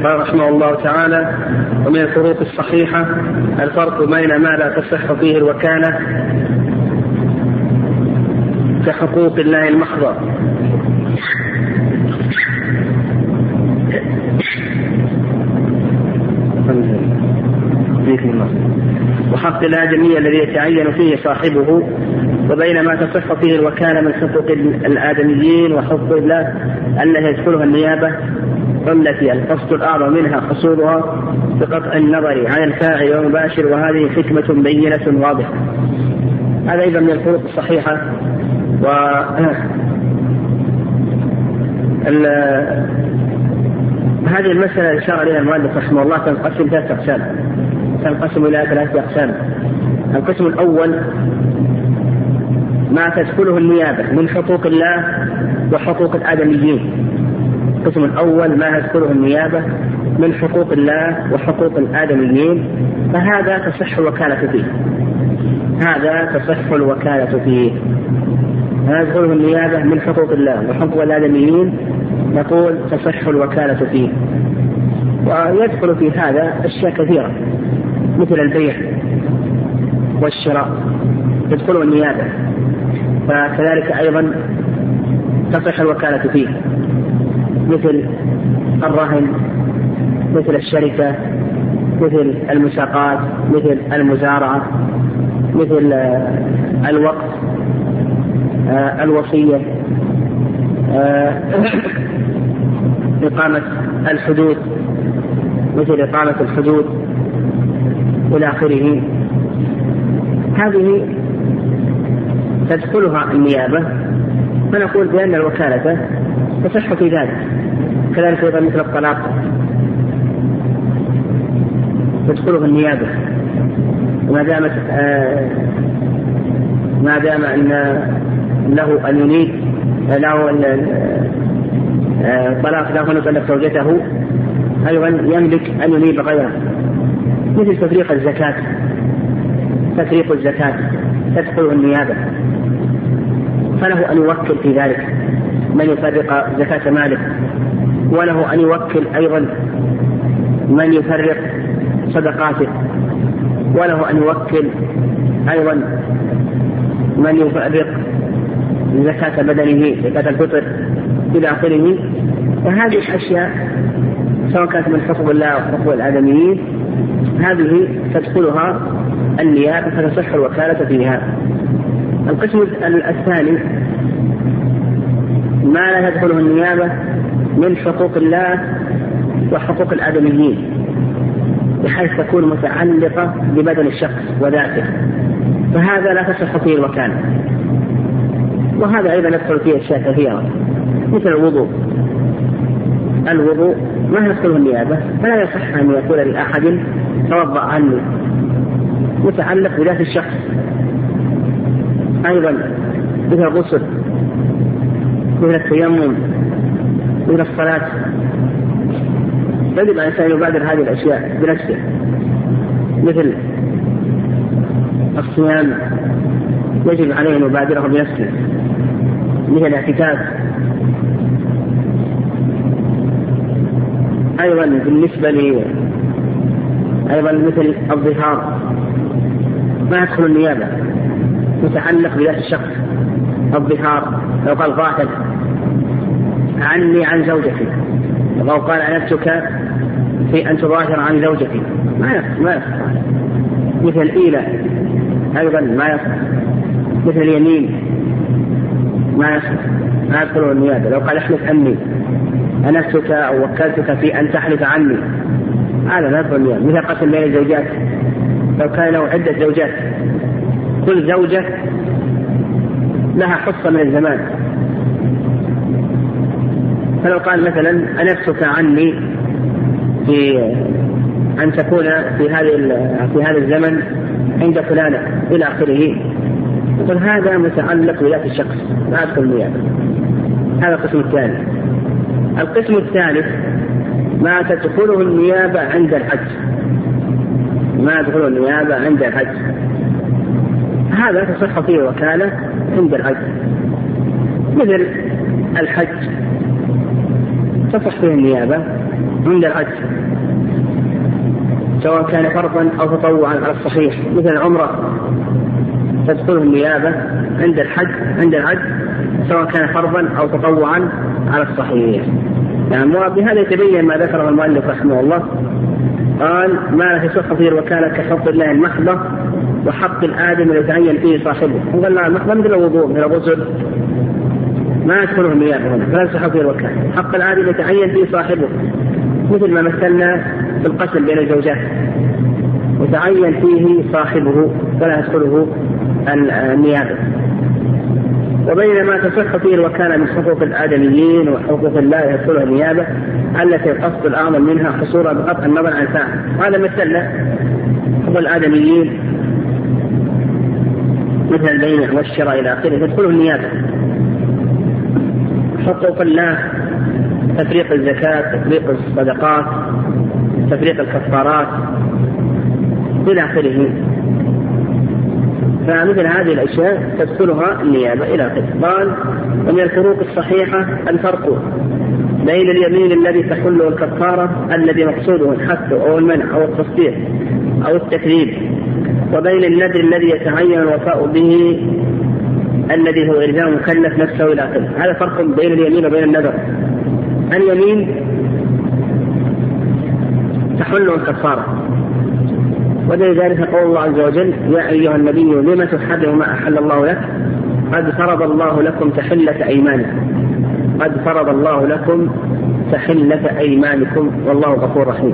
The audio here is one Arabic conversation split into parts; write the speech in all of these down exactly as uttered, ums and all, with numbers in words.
قال رحمه الله تعالى: ومن الفروق الصحيحة الفرق بين ما لا تصح فيه الوكالة كحقوق الله المحضة وحق الآدمي الذي يتعين فيه صاحبه، وبين ما تصح فيه الوكالة من حقوق الآدميين وحقوق الله التي يدخلها النيابة، والتي القصد الأعظم منها حصولها بقطع النظر عن الفاعل والمباشر، وهذه حكمة بينة واضحة. هذا أيضا من الفروق الصحيحة. وهذه المسألة أشار إليها المؤلف رحمه الله تنقسم ثلاثة أقسام تنقسم إلى ثلاثة أقسام. القسم الأول ما تدخله النيابة من حقوق الله وحقوق الآدميين. القسم الأول ما تدخله النيابة من حقوق الله وحقوق الآدميين، فهذا تصح الوكالة فيه هذا تصح الوكالة فيه ما يدخله النيابة من حقوق الله وحقوق الآدميين نقول تصح الوكالة فيه. ويدخل في هذا أشياء كثيرة مثل البيع والشراء تدخله النيابة، فكذلك أيضا تصح الوكالة فيه، مثل الرهن، مثل الشركة، مثل المساقات، مثل المزارعة، مثل الوقف، الوصية، إقامة الحدود، مثل إقامة الحدود إلى آخره. هذه تدخلها النيابة، فنقول بأن الوكالة تصح في ذلك. كذلك أيضا مثل الطلاق تدخله النيابة، وما دامت آه ما دام أن له أن ينيب له الطلاق له أن يطلق زوجته، أيضا يملك أن ينيب غيره. مثل تفريق الزكاة تفريق الزكاة تدخله النيابة، فله أن يوكل في ذلك من يفرق زكاة ماله، وله أن يوكل أيضا من يفرق صدقاته، وله أن يوكل أيضا من يفرق زكاة بدنه، زكاة الفطر إلى آخره. وهذه الأشياء سواء كانت من حقوق الله وحقوق الآدميين هذه تدخلها النيابة فتصح الوكالة فيها. القسم الثاني ما لا تدخله النيابة من حقوق الله وحقوق الآدميين، بحيث تكون متعلقة ببدن الشخص وذاته، فهذا لا تصح فيه الوكالة. وهذا أيضا يدخل فيه أشياء كثيرة مثل الوضوء الوضوء ما يدخله النيابة، فلا يصح أن يقول لأحد توضأ عني، متعلق بذات الشخص. أيضا مثل الغسل، مثل التيمم، مثل الصلاة، يجب أن الإنسان يبادر هذه الأشياء بنفسه. مثل الصيام يجب عليه أن يبادره بنفسه، مثل الاعتكاف. أيضا بالنسبة لي أيضا مثل الظهار ما يدخل النيابة، متعلق بذات الشخص. الظهار لو قال قاتل عني عن زوجتي، لو قال أنبتك في أن تظاهر عن زوجتي، ما يصح ما يصح. مثل الإيلة أيضا ما يصح، مثل اليمين ما يصح ما يدخل النيابة. لو قال احلف عني أنبتك أو وكلتك في أن تحلف عني، هذا لا يدخل النيابة. مثل قسم بين الزوجات، لو كان له عدة زوجات كل زوجة لها حصة من الزمان، فلو قال مثلا أنبتك عني في أن تكون في هذه في هذا الزمن عند فلانة إلى آخره، يقول هذا متعلق بذات الشخص لا يدخل النيابة. هذا القسم الثاني. القسم الثالث ما تدخله النيابة عند الحج ما تدخله النيابة عند الحج هذا تصح فيه وكالة عند الحج، مثل الحج تصح فيه النيابة عند الحج سواء كان فرضا أو تطوعا على الصحيح، مثل العمرة تدخله النيابة عند الحج عند الحج سواء كان فرضا أو تطوعا على الصحيح. يعني وبهذا يتبين ما ذكره المؤلف رحمه الله، قال ما لا تصح فيه الوكالة كحق الله المحضة وحق الآدم يتعين فيه صاحبه. وقال لا المحضة مثل الوضوء من الغسل ما يدخله النيابة هنا فلا تصح فيه الوكالة. حق الآدم يتعين فيه صاحبه مثل ما مثلنا في القسم بين الزوجات، وتعين فيه صاحبه فلا يدخله النيابة. وبينما تصح فيه الوكالة من حقوق الآدميين وحقوق الله يدخلها النيابة التي القصد الأعظم منها حصولها بقطع النظر عن الفاعل. هذا مثلنا حقوق الآدميين مثل البيع والشراء إلى آخره تدخله النيابة. حقوق الله تفريق الزكاة، تفريق الصدقات، تفريق الكفارات إلى آخره، فمثل هذه الأشياء تدخلها النيابة إلى آخره. قال ومن الفروق الصحيحة الفرق بين اليمين الذي تحله الكفارة الذي مقصوده الحث أو المنع أو التصديق أو التكذيب، وبين النذر الذي يتعين الوفاء به الذي هو إلزام مكلف نفسه إلى آخره. هذا فرق بين اليمين وبين النذر. اليمين تحله الكفارة، ولذلك قول الله عز وجل يا أيها النبي لما تحرم ما أحل الله لك قد فرض الله لكم تحلة أيمانكم قد فرض الله لكم تحلة أيمانكم والله غفور رحيم.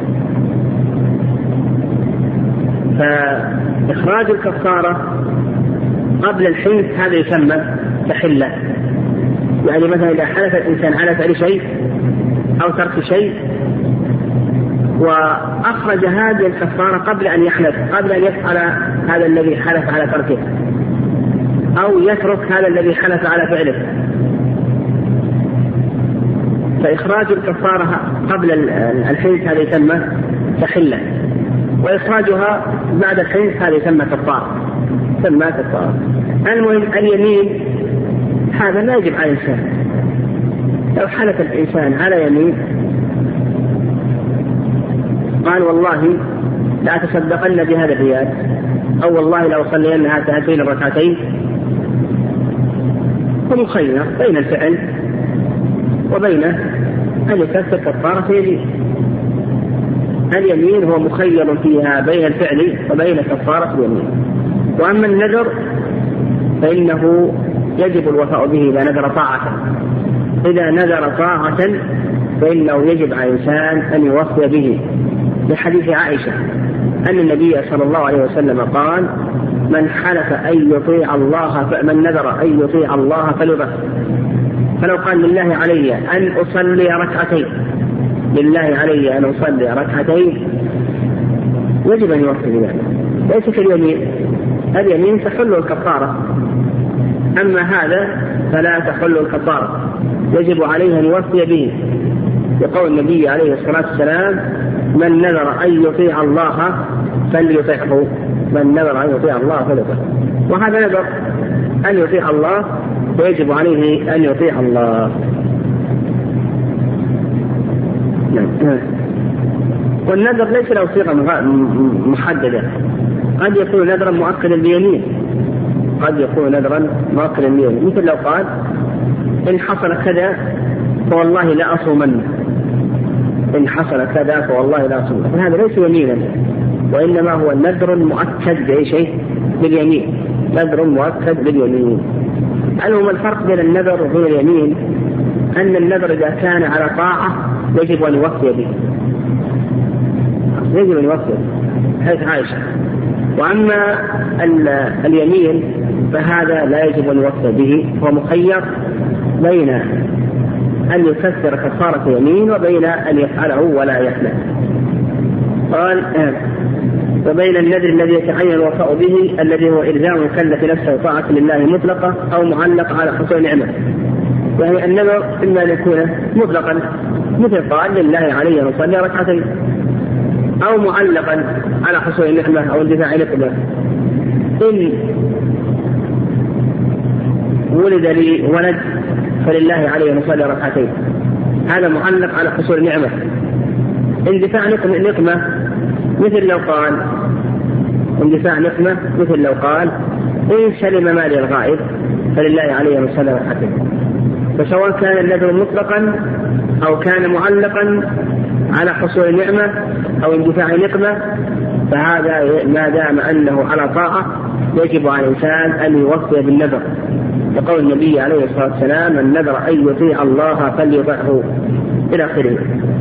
فإخراج الكفارة قبل الحنث هذا يسمى تحلة. يعني مثلا إذا حلف الإنسان على فعل شيء أو ترك شيء وأخرج هذه الكفارة قبل أن يحلف، قبل أن يفعل هذا الذي حلف على تركه أو يترك هذا الذي حلف على فعله، فإخراج الكفارة قبل الحنث هذا يسمى تحلة، وإخراجها بعد الحنث هذا يسمى كفارة يسمى كفارة. المهم اليمين هذا لا يجب على الإنسان. لو حلف الإنسان على يمين قال والله لا تصدقن بهذا الريال أو والله لو صلين هاتين الركعتين، فمخير بين الفعل وبين أن يكفر كفارة في يمين. اليمين هو مخير فيها بين الفعل وبين كفارة اليمين. وأما النذر فإنه يجب الوفاء به إذا نذر طاعة. إذا نذر طاعة فإنه يجب على الإنسان أن يوفي به، لحديث عائشة أن النبي صلى الله عليه وسلم قال من حلف أن يطيع الله فمن نذر أن يطيع الله فليطع. فلو قال لله علي أن أصلي ركعتين لله علي أن أصلي ركعتين يجب أن يوفي بذلك، ليس كاليمين. اليمين تحل الكفارة، أما هذا فلا تحل الكفارة، يجب عليه أن يوفي به، يقول النبي عليه الصلاة والسلام من نذر أن يطيع الله فليطيعه من نذر أن يطيع الله فليطيعه. وهذا نذر أن يطيع الله ويجب عليه أن يطيع الله. والنذر ليس له صيغة محددة، قد يكون نذرا مؤكدا بيمين قد يكون نذرا مؤكدا بيمين، مثل لو قال إن حصل كذا فوالله لا أصومن، إن حصل كذا فوالله لا أصومن، فهذا ليس يمينا وإنما هو نذر مؤكد بأي شيء باليمين، نذر مؤكد باليمين. المهم الفرق بين النذر وبين اليمين أن النذر إذا كان على طاعة يجب أن يوفي به، يجب أن يوفي حيث عائشة. وأما اليمين فهذا لا يجب أن يوفي به، هو مخير بين أن يكفر كفارة يمين وبين أن يفعله ولا يفعله. قال آه. وبين النذر الذي يتعين الوفاء به الذي هو إلزام مكلف نفسه طاعة لله مطلقة أو معلقة على حصول نعمة. يعني النذر إما أن يكون مطلقا مثل قال لله علي أن أصلي ركعتين، أو معلقا على حصول النعمة أو اندفاع نقمة. إن ولد لي ولد فلله علي أن أصلي ركعتين، هذا معلق على حصول النعمة. اندفاع نقمة مثل لو قال اندفاع نقمة مثل لو قال إن سلم مالي الغائب فلله عليه من سلم حكم. فسواء كان النذر مطلقا أو كان معلقا على حصول نعمة أو اندفاع نقمة، فهذا ما دام أنه على طاعة يجب على الإنسان أن يوفي بالنذر، لقول النبي عليه الصلاة والسلام: النذر أن يطيع الله فليطعه إلى آخره.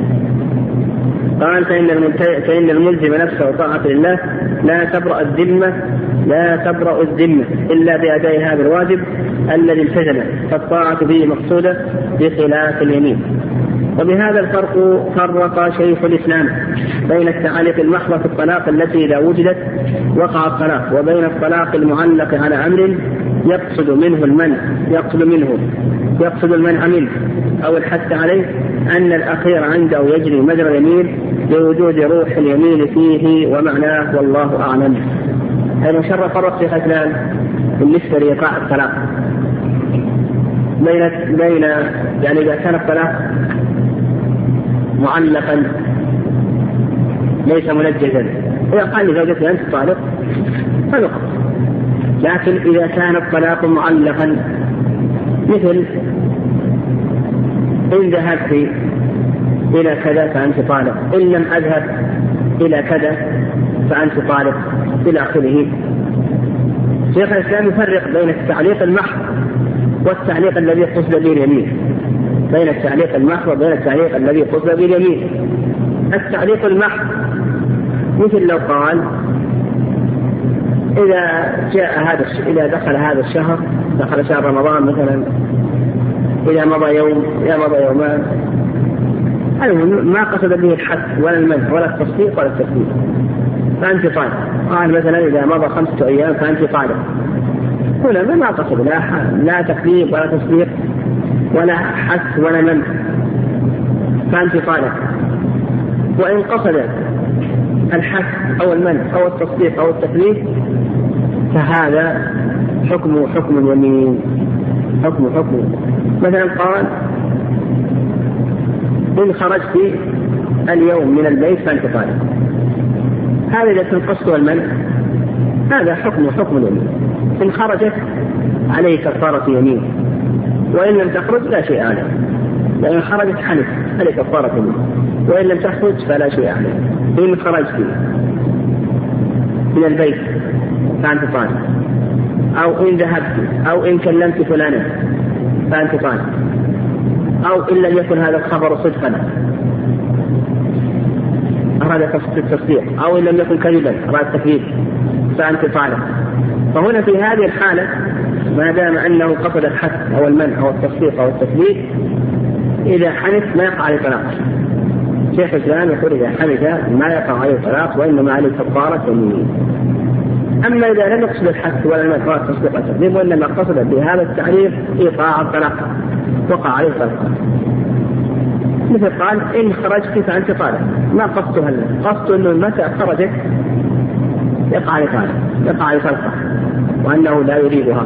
قال: فإن الملزم نفسه طاعة لله لا تبرأ الذمة لا تبرأ الذمة إلا بأداء هذا الواجب الذي التزمه، فالطاعة به مقصودة بخلاف اليمين. وبهذا الفرق فرق شيخ الإسلام بين التعليق المحض في الطلاق التي إذا وجدت وقع الطلاق، وبين الطلاق المعلق على أمر يقصد منه المنع يقصد منه يقصد المنع منه أو الحث عليه، أن الأخير عنده يجري مجرى اليمين لوجود روح اليمين فيه ومعناه، والله أعلم. هذا شر فرق شيخ الإسلام بالنسبة لإيقاع الطلاق بين بين يعني إذا كان الطلاق معلقا ليس منجزا، إذا قال لزوجته أنت طالق فنقض. لكن إذا كان الطلاق معلقا مثل إن ذهبت إلى كذا فأنت طالق، إن لم أذهب إلى كذا فأنت طالق إلى آخره. شيخ الإسلام يفرق بين التعليق المحض والتعليق الذي قصد به اليمين، بين التعليق المحض وبين التعليق الذي قصد به اليمين. التعليق المحض مثل لو قال إذا جاء هذا إذا دخل هذا الشهر دخل شهر رمضان مثلا، إذا مضى يوم إذا مضى يومان، ما قصد به الحث ولا المنع ولا التصديق ولا التكذيب فأنت طالق. قال مثلا إذا مضى خمسة أيام فأنت طالق، هنا ما قصد لا لا تكذيب ولا تصديق ولا حث ولا منع فأنت طالق. وإن قصد الحث أو المنع أو التصديق أو التكذيب فهذا حكم حكم اليمين حكم حكم مثلا قال إن خرجت اليوم من البيت فأنت طالق، هذا إذا كان قصده المنع هذا حكم حكم اليمين. إن خرجت عليه كفارة يمين، وإن لم تخرج لا شيء عليه، لأن خرجت حنث عليه كفارة يمين، وإن لم تخرج فلا شيء عليه. إن خرجت من البيت فأنت طالق، أو إن ذهبت أو إن كلمت فلانا فأنت طالق، أو إن لم يكن هذا الخبر صدقا أراد التصديق، أو إن لم يكن كذبا أراد التكذيب فأنت طالق. فهنا في هذه الحالة ما دام أنه قصد الحث أو المنع أو التصديق أو التكذيب إذا حنث ما يقع عليه طلاق. شيخ الإسلام يقول إذا حنث ما يقع عليه طلاق وإنما عليه كفارة يمين. أما إذا لم يقصد الحث ولا المنع ولا التصديق ولا التكذيب وإنما قصد بهذا التعريف إيقاع الطلاق وقع عليه طلاق. مثل قال إن خرجت فأنت طالق، ما قصده هلا قصده أنه متى خرجت يقع عليه طلاق يقع عليه طلاق وأنه لا يريدها،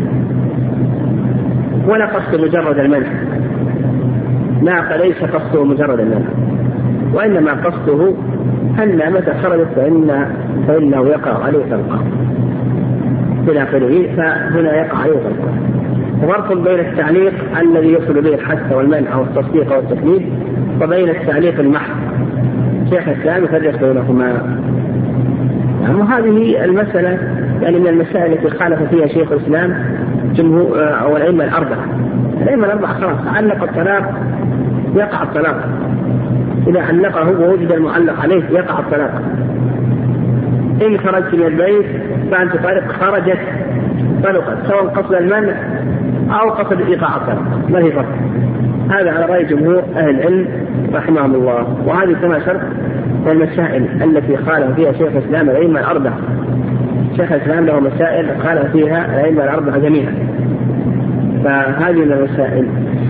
ولا قصد مجرد المنع، لا ليس قصده مجرد المنع، وإنما قصده هلا متى خرجت فإن فإنه يقع عليه طلاق إلى آخره، فهنا يقع عليه طلاق. فرق بين التعليق الذي يصل به الحث والمنع أو التصديق أو التكذيب وبين التعليق المحض. شيخ الإسلام يفرق بينهما. يعني وهذه المسألة يعني من المسائل التي خالف فيها شيخ الإسلام جمهور أو الأئمة الأربعة. الأئمة الأربعة خلاص علق الطلاق يقع الطلاق، إذا علقه ووجد المعلق عليه يقع الطلاق. إن خرجت من البيت فأنت طالق، خرجت طلقت، سواء قصد المنع أو قصد إيقاع الطلاق ما هي فرق. هذا على رأي جمهور أهل العلم رحمهم الله. وهذه كما شرط المسائل التي خالف فيها شيخ الإسلام الأئمة الأربعة. شيخ الإسلام له مسائل خالف فيها الأئمة الأربعة جميعا، فهذه من المسائل.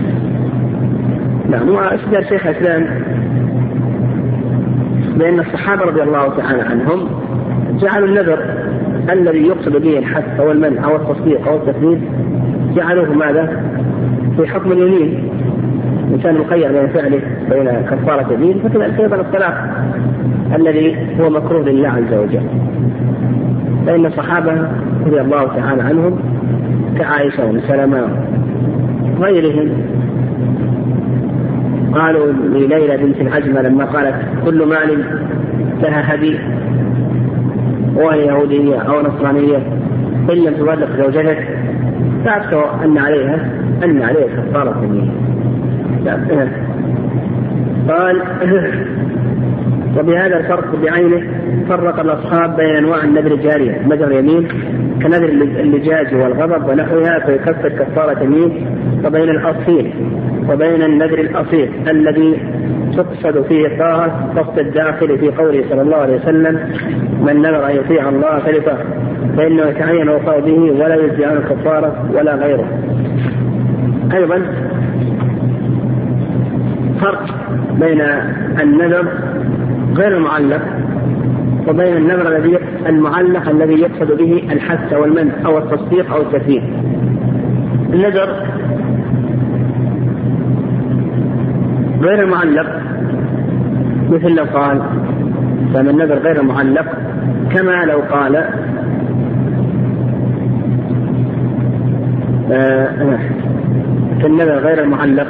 نعم. وأشبه شيخ الإسلام بأن الصحابة رضي الله تعالى عنهم جعلوا النذر الذي يقصد به الحث أو المنع أو التصديق أو التكذيب جعلوه ماذا في حكم اليمين، الإنسان مخير بين فعله بين كفارة يمين، فكذلك أيضا الطلاق الذي هو مكروه لله عز وجل. فإن الصحابة رضي الله تعالى عنهم كعائشة وسلمة وغيرهم قالوا لليلى بنت العجمة لما قالت كل مال لها هدي وهي يهودية أو نصرانية إن لم تطلق زوجتك فأفتوا أن عليها أن عليها كفارة يمين. قال وبهذا الفرق بعينه فرق الأصحاب بين أنواع النذر الجارية نذر يمين كنذر اللجاج والغضب ونحوها فيكفر كفارة يمين، وبين الأصيل وبين النذر الأصيل الذي تقصد فيه الطاعة قصد الداخل في قوله صلى الله عليه وسلم من نذر أن يطيع الله فليطع فإنه يتعين وفاء به ولا يجزي عنه كفارة ولا غيره. أيضا فرق بين النذر غير المعلق وبين النذر الذي المعلق الذي يقصد به الحث أو المنع أو التصديق أو التكذيب. النذر غير المعلق مثل لو قال فمن النذر غير المعلق كما لو قال آه في النذر غير المعلق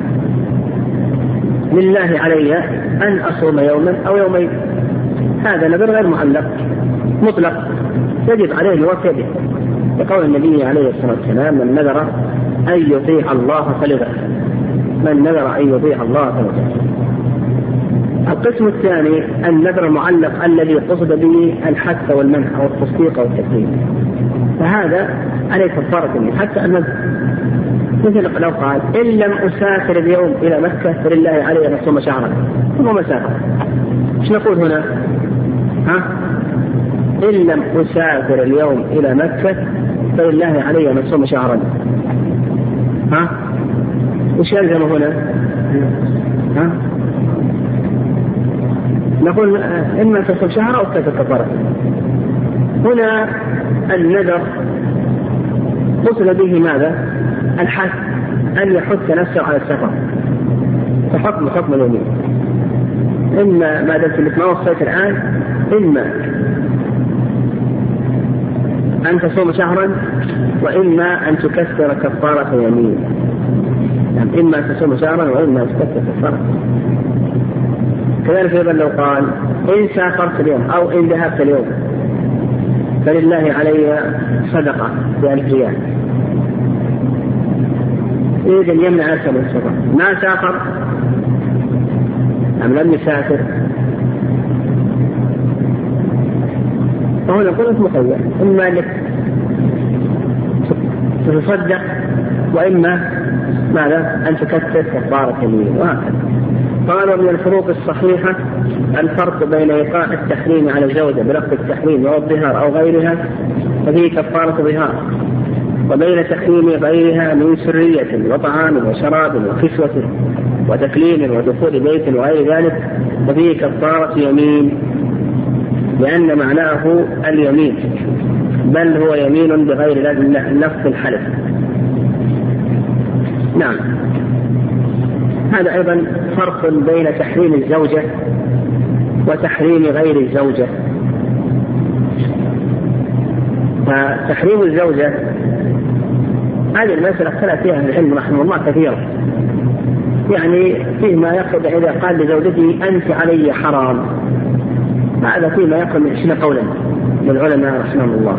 لله علي أن أصوم يوما أو يومين، هذا نذر غير معلق مطلق يجب عليه الوفاء به، يقول النبي عليه الصلاة والسلام من نذر أن يطيع الله فليطع من نذر أن يطيع الله فليطع. القسم الثاني النذر المعلق الذي قصد به الحث والمنع أو التصديق أو التكذيب، فهذا عليه كفارة حتى النذر، مثل لو قال إن لم أسافر اليوم إلى مكة فلله علي أن أصوم شهرا ثم مسافر، ايش نقول هنا؟ ها؟ إن لم أسافر اليوم إلى مكة فلله علي أن أصوم شهرا، ها؟ وش يلزم هنا؟ ها؟ نقول إما تصوم شهر أو كفارة. هنا النذر قصد به ماذا؟ الحث أن يحث نفسه على السفر، فحكم حكم اليمين، إما ما دمت مثل ما وصيت الآن إما أن تصوم شهرا وإما أن تكسر كفارة يمين، يعني إما تصوم شهرا وإما أن تكسر كفارة. كذلك أيضا لو قال إن سافرت اليوم أو إن ذهبت اليوم فلله علي صدقة بألف ريال، يريد أن يمنع نفسه من السفر، ما سافر أم لم يسافر، فهنا قلت مخير إما أنك تتصدق وإما ماذا أن تكثر كفارة يمين وهكذا. قال من الفروق الصحيحة الفرق بين إيقاع التحريم على الزوجة بلفظ التحريم أو الظهار أو غيرها ففيه كفارة ظهار، وبين تحريم غيرها من سرية وطعام وشراب وكسوة وتكليم ودخول بيت وغير ذلك ففيه كفارة يمين، لأن معناه اليمين بل هو يمين بغير لفظ الحلف. نعم، هذا أيضا فرق بين تحريم الزوجة وتحريم غير الزوجة. فتحريم الزوجة هذه المسألة اختلف فيها العلم رحمه الله كثيرا، يعني فيما يقصد إذا قال لزوجته أنت علي حرام، هذا فيما يقصد من عشرين قولا للعلماء رحمه الله.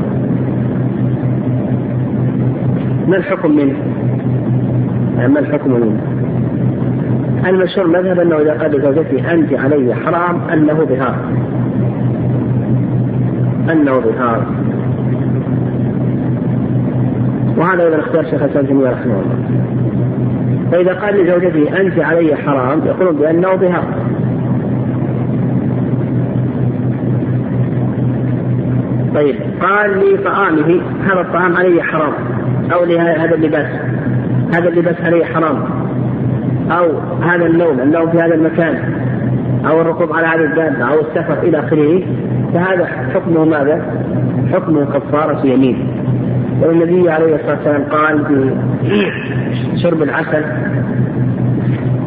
ما الحكم منه؟ ما الحكم منه؟ المشهور مذهب أنه إذا قال لزوجته أنت علي حرام أنه ظهار، أنه ظهار، وهذا إذا اختار شيخ الإسلام ابن تيمية رحمه الله. فإذا قال لزوجته أنت علي حرام يقولون بأنه ظهار. طيب قال لي طعامه هذا الطعام علي حرام، أو لهذا اللباس هذا اللباس علي حرام، أو هذا النوم النوم في هذا المكان، أو الركوب على هذا الدابة، أو السفر إلى آخره، فهذا حكمه ماذا؟ حكمه كفارة يمين. والنبي عليه الصلاة والسلام قال بشرب العسل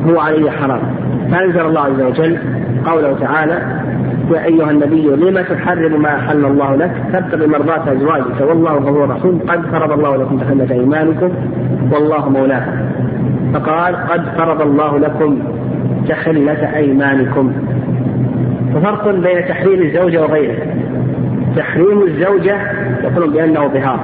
هو عليه حرام. فأنزل الله عز وجل قوله تعالى: يا أيها النبي لما تحرم ما أحل الله لك تبتغي مرضات أزواجك والله غفور رحيم قد فرض الله لكم تحلة أيمانكم والله مولاكم. فقال: قد فرض الله لكم تحلة أيمانكم. ففرق بين تحريم الزوجة وغيره. تحريم الزوجة يقولون بأنه ظهار.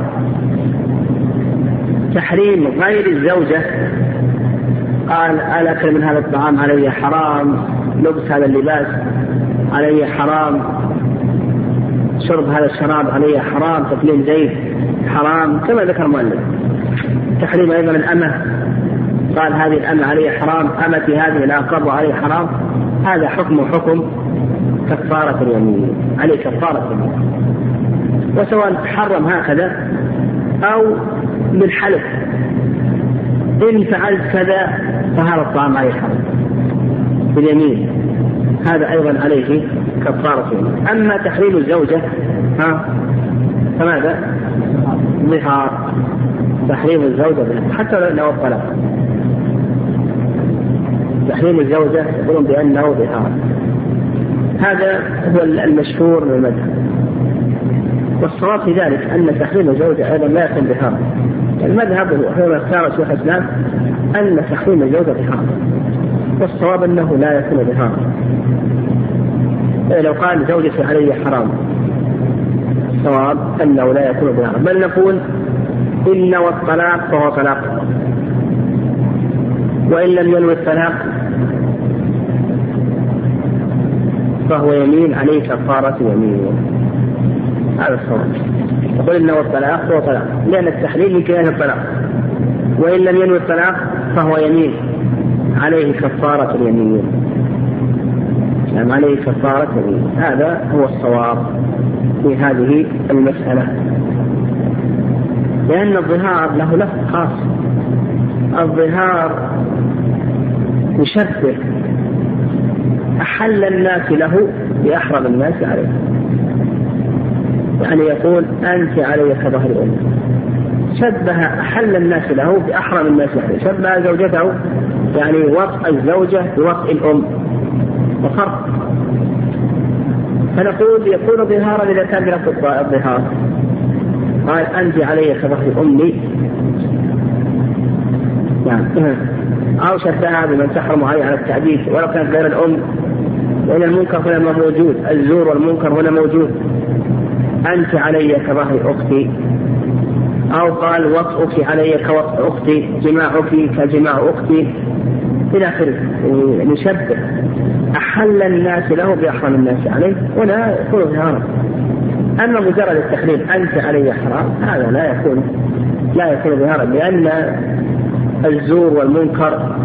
تحريم غير الزوجة قال: الأكل من هذا الطعام علي حرام، لبس هذا اللباس علي حرام، شرب هذا الشراب علي حرام، تقليل زيت حرام، كما ذكر المؤلف. تحريم أيضا الأمة، قال: هذه الأمة علي حرام، أمتي هذه لا أقر علي حرام. هذا حكم حكم كفارة اليمين، عليه كفارة اليمين. وسواء حرم هكذا أو بالحلف: إن فعلت كذا فهذا الطعام عليه حرام باليمين، هذا أيضا عليه كفارة اليمين. أما تحريم الزوجة ها فماذا؟ ظهار. تحريم الزوجة ظهار حتى لو الطلاق. تحريم الزوجة يقولون بأنه ظهار. هذا هو المشهور من المذهب. والصواب في ذلك أن تحريم الزوجة أيضا لا يكون ظهارا. المذهب هو اختار شيخ الإسلام أن تحريم الزوجة ظهارا، والصواب أنه لا يكون ظهارا. لو قال زوجتي علي حرام، الصواب أنه لا يكون ظهارا، بل نقول إن والطلاق فهو طلاق، وإن لم ينوي الطلاق فهو يمين عليه كفارة يمين. هذا الصواب. يقول إن والطلاق فهو طلاق، لأن التحليل من كيان الطلاق، وإن لم ينوي الطلاق فهو يمين عليه كفارة اليمين، يعني عليه كفارة يمين. هذا هو الصواب في هذه المسألة، لأن الظهار له لفظ خاص. الظهار يشبه أحل الناس له بأحرم الناس عليه، يعني يقول: أنت علي كظهر أمي. شبه أحل الناس له بأحرم الناس عليه، شبه زوجته يعني وطء الزوجة بوطء الأم، وفرق. فنقول يكون ظهارا إذا كان بلفظ الظهار، قال: أنت علي كظهر أمي، يعني أو شبهها بمن تحرم عليه على التعديد ولو كانت غير الأم، لأن المنكر هنا موجود، الزور والمنكر هنا موجود. أنت علي كظهر أختي، أو قال: وطئك علي كوطئ أختي، جماعك كجماع أختي، إلى آخره. نشبه أحل الناس له بأحرم الناس عليه، ولا يكون ظهارا. أما مجرد التحريم أنت علي حرام، هذا لا يكون لا يكون ظهارا، لأن الزور والمنكر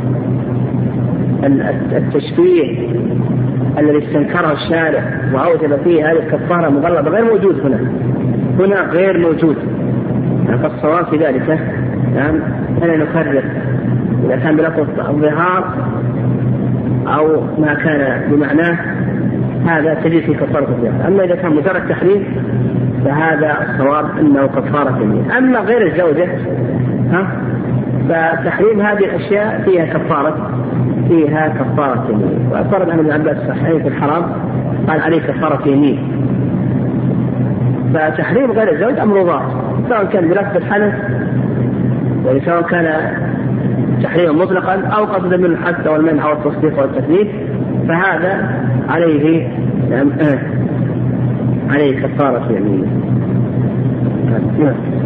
التشبيه الذي استنكره الشارع وأوجب فيه هذه الكفارة مغلظة غير موجود هنا هنا غير موجود. فالصواب في ذلك يعني أنا نكرر إذا كان بلفظ الظهار أو ما كان بمعناه هذا تجد في كفارة الظهار. أما إذا كان مجرد تحريم فهذا الصواب أنه كفارة يمين. أما غير الزوجة ها فتحريم هذه الأشياء فيها كفارة فيها كفارة يمين. وأفرد عن ابن عباس الصحيح في الحرام قال عليه كفارة يمين. فتحريم غير الزوج أمر ظاهر سواء كان بلفظ الحلف سواء كان تحريما مطلقا أو قصدا من الحث والمنع والتصديق والتثبيت، فهذا عليه يعني عليه كفارة يمين.